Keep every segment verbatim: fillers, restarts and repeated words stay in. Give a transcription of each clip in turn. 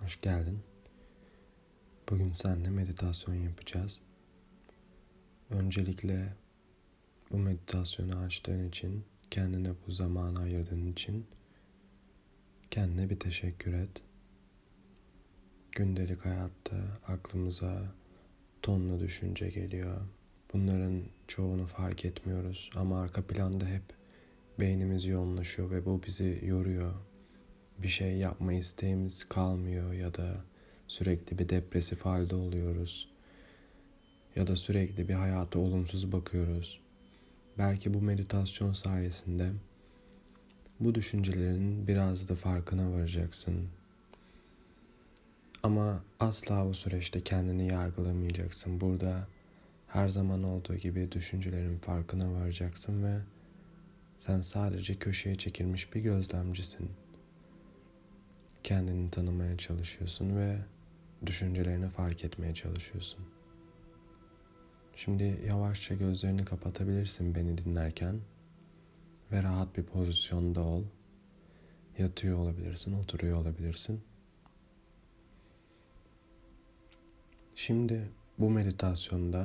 Hoş geldin. Bugün seninle meditasyon yapacağız. Öncelikle bu meditasyonu açtığın için, kendine bu zamanı ayırdığın için kendine bir teşekkür et. Gündelik hayatta aklımıza tonla düşünce geliyor. Bunların çoğunu fark etmiyoruz ama arka planda hep beynimiz yoğunlaşıyor ve bu bizi yoruyor. Bir şey yapma isteğimiz kalmıyor ya da sürekli bir depresif halde oluyoruz. Ya da sürekli bir hayata olumsuz bakıyoruz. Belki bu meditasyon sayesinde bu düşüncelerin biraz da farkına varacaksın. Ama asla bu süreçte kendini yargılamayacaksın. Burada her zaman olduğu gibi düşüncelerin farkına varacaksın ve sen sadece köşeye çekilmiş bir gözlemcisin. Kendini tanımaya çalışıyorsun ve düşüncelerini fark etmeye çalışıyorsun. Şimdi yavaşça gözlerini kapatabilirsin beni dinlerken ve rahat bir pozisyonda ol. Yatıyor olabilirsin, oturuyor olabilirsin. Şimdi bu meditasyonda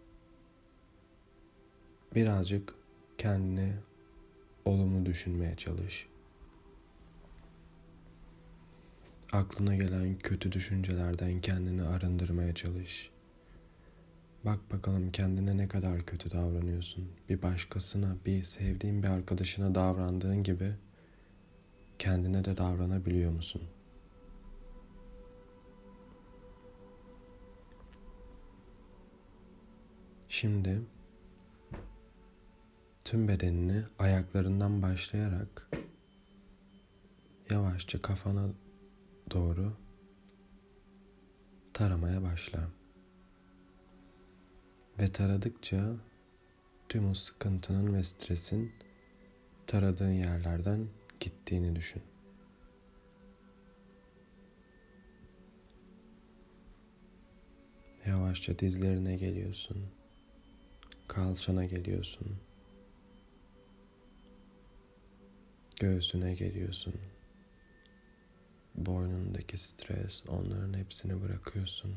birazcık kendini olumlu düşünmeye çalış. Aklına gelen kötü düşüncelerden kendini arındırmaya çalış. Bak bakalım kendine ne kadar kötü davranıyorsun. Bir başkasına, bir sevdiğin bir arkadaşına davrandığın gibi kendine de davranabiliyor musun? Şimdi tüm bedenini ayaklarından başlayarak yavaşça kafana doğru taramaya başla. Ve taradıkça tüm o sıkıntının ve stresin taradığın yerlerden gittiğini düşün. Yavaşça dizlerine geliyorsun. Kalçana geliyorsun. Göğsüne geliyorsun. Boynundaki stres, onların hepsini bırakıyorsun.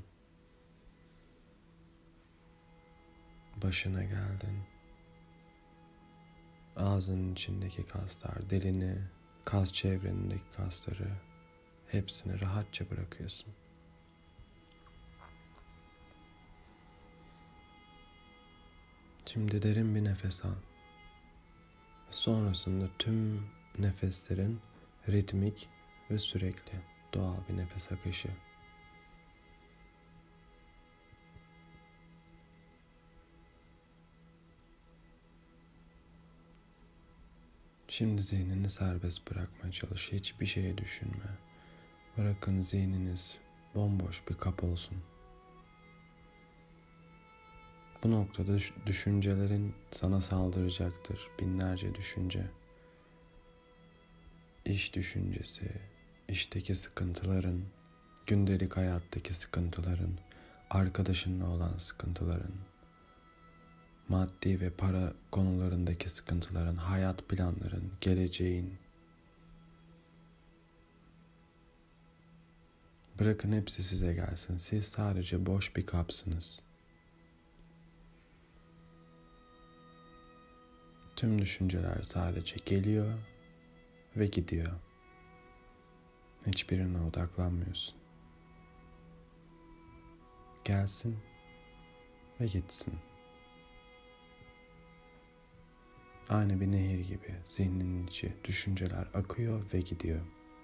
Başına geldin. Ağzının içindeki kaslar, dilini, kas çevrenindeki kasları hepsini rahatça bırakıyorsun. Şimdi derin bir nefes al. Sonrasında tüm nefeslerin ritmik ve sürekli doğal bir nefes akışı. Şimdi zihnini serbest bırakmaya çalış. Hiçbir şeye düşünme. Bırakın zihniniz bomboş bir kap olsun. Bu noktada düşüncelerin sana saldıracaktır. Binlerce düşünce. İş düşüncesi, işteki sıkıntıların, gündelik hayattaki sıkıntıların, arkadaşınla olan sıkıntıların, maddi ve para konularındaki sıkıntıların, hayat planların, geleceğin. Bırakın hepsi size gelsin. Siz sadece boş bir kapsınız. Tüm düşünceler sadece geliyor ve gidiyor. Hiçbirine odaklanmıyorsun. Gelsin ve gitsin. Aynı bir nehir gibi zihninin içi düşünceler akıyor ve gidiyor.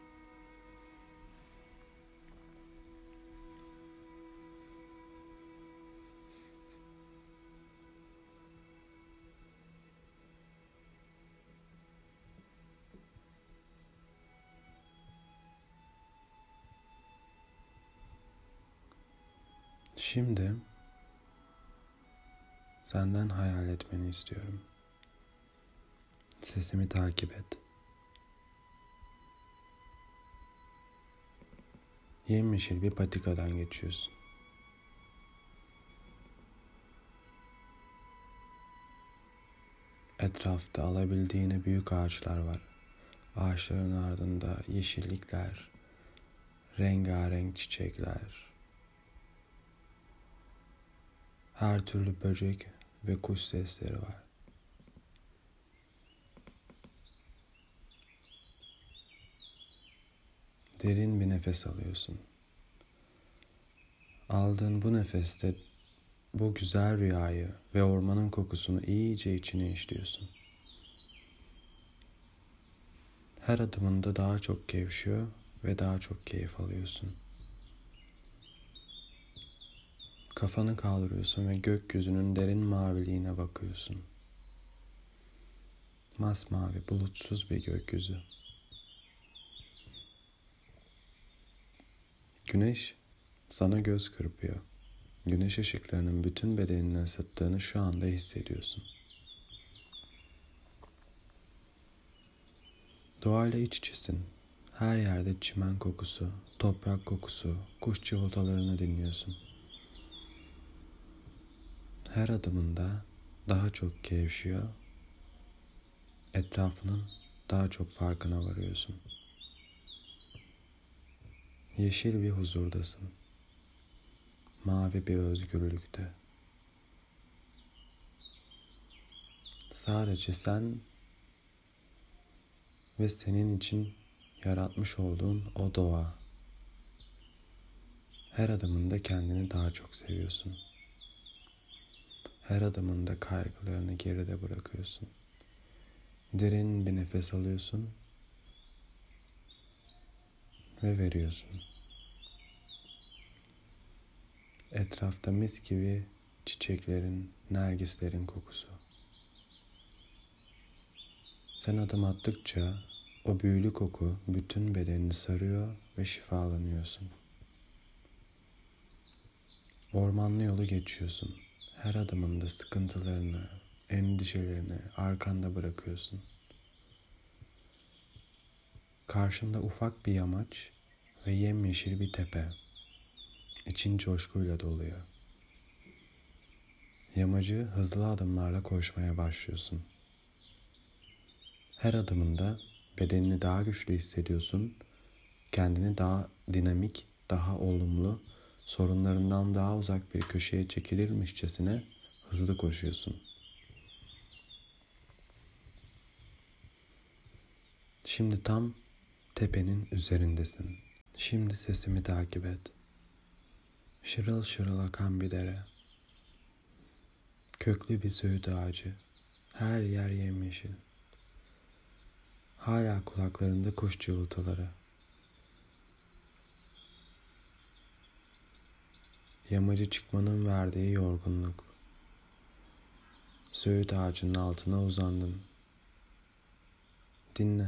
Şimdi senden hayal etmeni istiyorum. Sesimi takip et. Yemyeşil bir patikadan geçiyorsun. Etrafta alabildiğine büyük ağaçlar var. Ağaçların ardında yeşillikler, rengarenk çiçekler, her türlü böcek ve kuş sesleri var. Derin bir nefes alıyorsun. Aldığın bu nefeste bu güzel rüyayı ve ormanın kokusunu iyice içine işliyorsun. Her adımında daha çok gevşiyor ve daha çok keyif alıyorsun. Kafanı kaldırıyorsun ve gökyüzünün derin maviliğine bakıyorsun. Masmavi, bulutsuz bir gökyüzü. Güneş sana göz kırpıyor. Güneş ışıklarının bütün bedenini ısıttığını şu anda hissediyorsun. Doğayla iç içesin. Her yerde çimen kokusu, toprak kokusu, kuş cıvıltılarını dinliyorsun. Her adımında daha çok gevşiyor, etrafının daha çok farkına varıyorsun. Yeşil bir huzurdasın. Mavi bir özgürlükte. Sadece sen ve senin için yaratmış olduğun o doğa. Her adımında kendini daha çok seviyorsun. Her adımında kaygılarını geride bırakıyorsun. Derin bir nefes alıyorsun ve veriyorsun. Etrafta mis gibi çiçeklerin, nergislerin kokusu. Sen adım attıkça o büyülü koku bütün bedenini sarıyor ve şifalanıyorsun. Ormanlı yolu geçiyorsun. Her adımında sıkıntılarını, endişelerini arkanda bırakıyorsun. Karşında ufak bir yamaç ve yemyeşil bir tepe. İçin coşkuyla doluyor. Yamacı hızlı adımlarla koşmaya başlıyorsun. Her adımında bedenini daha güçlü hissediyorsun. Kendini daha dinamik, daha olumlu, sorunlarından daha uzak bir köşeye çekilirmişçesine hızlı koşuyorsun. Şimdi tam tepenin üzerindesin. Şimdi sesimi takip et. Şırıl şırıl akan bir dere. Köklü bir söğüt ağacı. Her yer yemyeşil. Hala kulaklarında kuş cıvıltıları. Yamacı çıkmanın verdiği yorgunluk. Söğüt ağacının altına uzandın. Dinle.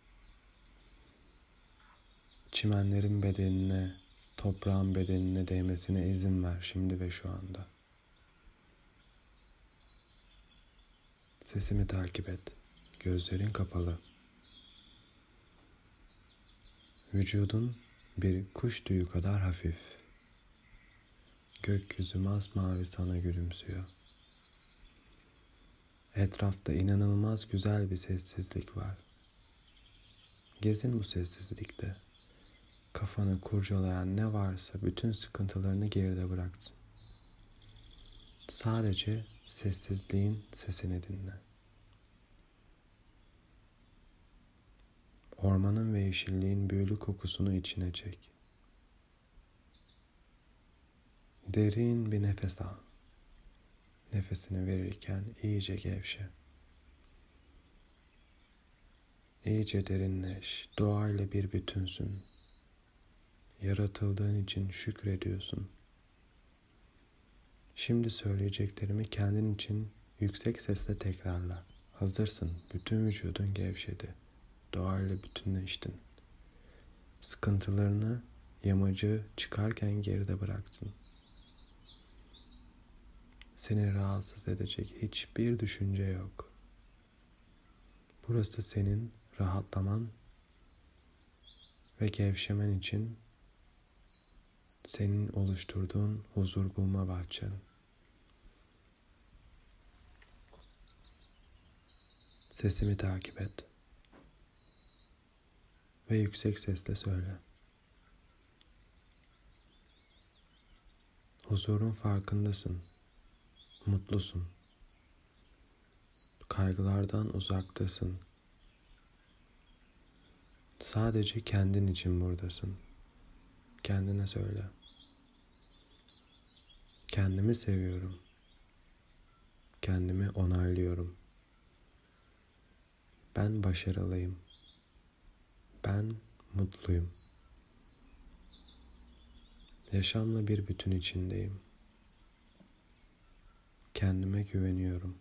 Çimenlerin bedenine, toprağın bedenine değmesine izin ver şimdi ve şu anda. Sesimi takip et. Gözlerin kapalı. Vücudun bir kuş tüyü kadar hafif. Gökyüzü masmavi sana gülümsüyor. Etrafta inanılmaz güzel bir sessizlik var. Gezin bu sessizlikte. Kafanı kurcalayan ne varsa bütün sıkıntılarını geride bıraktın. Sadece sessizliğin sesini dinle. Ormanın ve yeşilliğin büyülü kokusunu içine çek. Derin bir nefes al. Nefesini verirken iyice gevşe. İyice derinleş. Doğayla bir bütünsün. Yaratıldığın için şükrediyorsun. Şimdi söyleyeceklerimi kendin için yüksek sesle tekrarla. Hazırsın. Bütün vücudun gevşedi. Doğayla bütünleştin. Sıkıntılarını, yamacı çıkarken geride bıraktın. Seni rahatsız edecek hiçbir düşünce yok. Burası senin rahatlaman ve gevşemen için senin oluşturduğun huzur bulma bahçen. Sesimi takip et ve yüksek sesle söyle. Huzurun farkındasın. Mutlusun. Kaygılardan uzaktasın. Sadece kendin için buradasın. Kendine söyle. Kendimi seviyorum. Kendimi onaylıyorum. Ben başarılıyım. Ben mutluyum. Yaşamla bir bütün içindeyim. Kendime güveniyorum.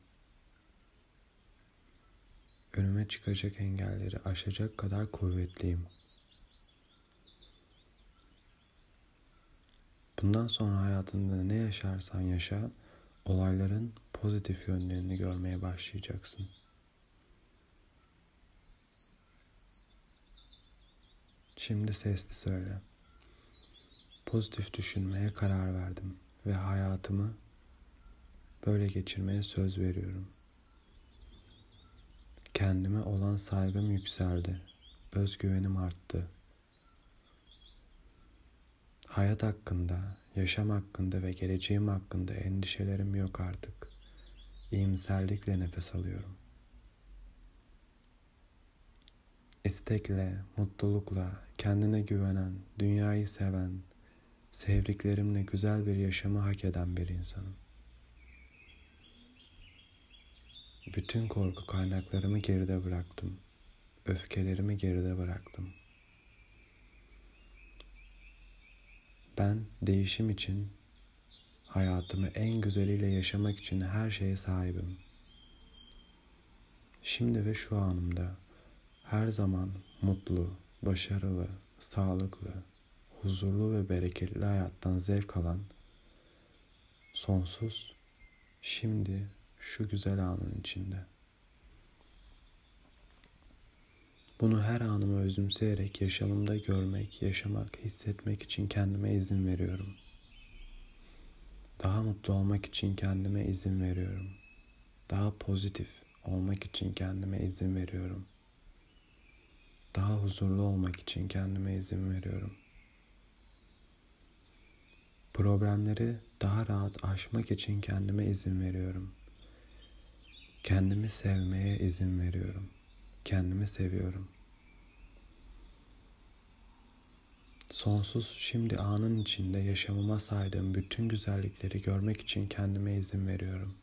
Önüme çıkacak engelleri aşacak kadar kuvvetliyim. Bundan sonra hayatında ne yaşarsan yaşa, olayların pozitif yönlerini görmeye başlayacaksın. Şimdi sesli söyle. Pozitif düşünmeye karar verdim ve hayatımı böyle geçirmeye söz veriyorum. Kendime olan saygım yükseldi. Özgüvenim arttı. Hayat hakkında, yaşam hakkında ve geleceğim hakkında endişelerim yok artık. İyimserlikle nefes alıyorum. İstekle, mutlulukla, kendine güvenen, dünyayı seven, sevdiklerimle güzel bir yaşamı hak eden bir insanım. Bütün korku kaynaklarımı geride bıraktım. Öfkelerimi geride bıraktım. Ben değişim için, hayatımı en güzeliyle yaşamak için her şeye sahibim. Şimdi ve şu anımda her zaman mutlu, başarılı, sağlıklı, huzurlu ve bereketli hayattan zevk alan, sonsuz, şimdi şu güzel anın içinde. Bunu her anımı özümseyerek yaşamımda görmek, yaşamak, hissetmek için kendime izin veriyorum. Daha mutlu olmak için kendime izin veriyorum. Daha pozitif olmak için kendime izin veriyorum. Daha huzurlu olmak için kendime izin veriyorum. Problemleri daha rahat aşmak için kendime izin veriyorum. Kendimi sevmeye izin veriyorum. Kendimi seviyorum. Sonsuz şimdi anın içinde yaşamıma saydığım bütün güzellikleri görmek için kendime izin veriyorum.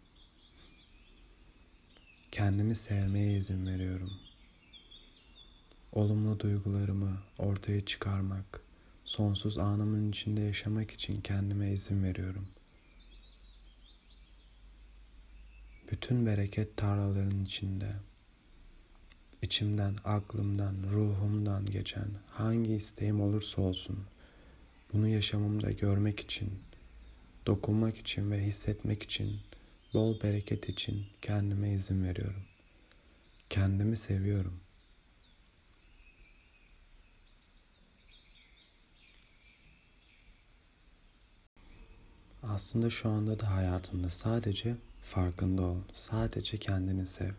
Kendimi sevmeye izin veriyorum. Olumlu duygularımı ortaya çıkarmak, sonsuz anımın içinde yaşamak için kendime izin veriyorum. Bütün bereket tarlaların içinde, içimden, aklımdan, ruhumdan geçen hangi isteğim olursa olsun, bunu yaşamımda görmek için, dokunmak için ve hissetmek için, bol bereket için kendime izin veriyorum. Kendimi seviyorum. Aslında şu anda da hayatında sadece farkında ol. Sadece kendini sev.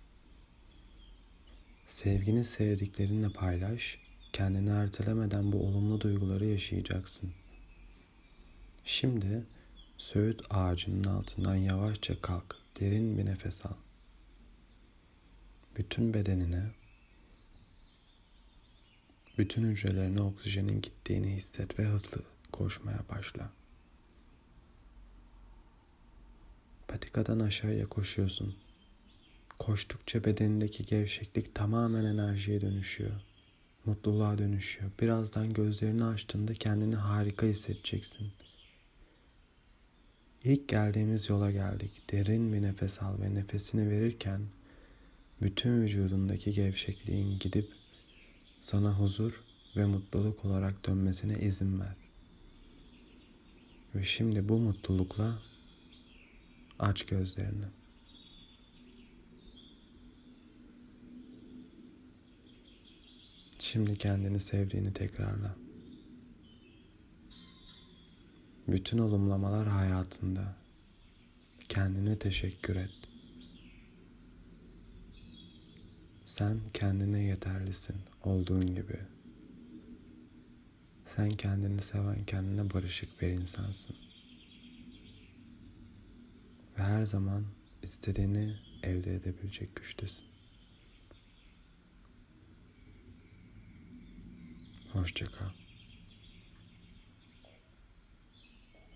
Sevgini sevdiklerinle paylaş. Kendini ertelemeden bu olumlu duyguları yaşayacaksın. Şimdi söğüt ağacının altından yavaşça kalk. Derin bir nefes al. Bütün bedenine, bütün hücrelerine oksijenin gittiğini hisset ve hızlı koşmaya başla. Patikadan aşağıya koşuyorsun. Koştukça bedenindeki gevşeklik tamamen enerjiye dönüşüyor. Mutluluğa dönüşüyor. Birazdan gözlerini açtığında kendini harika hissedeceksin. İlk geldiğimiz yola geldik. Derin bir nefes al ve nefesini verirken bütün vücudundaki gevşekliğin gidip sana huzur ve mutluluk olarak dönmesine izin ver. Ve şimdi bu mutlulukla aç gözlerini. Şimdi kendini sevdiğini tekrarla. Bütün olumlamalar hayatında. Kendine teşekkür et. Sen kendine yeterlisin olduğun gibi. Sen kendini seven, kendine barışık bir insansın. ve her zaman istediğini elde edebilecek güçtesin. Hoşça kal.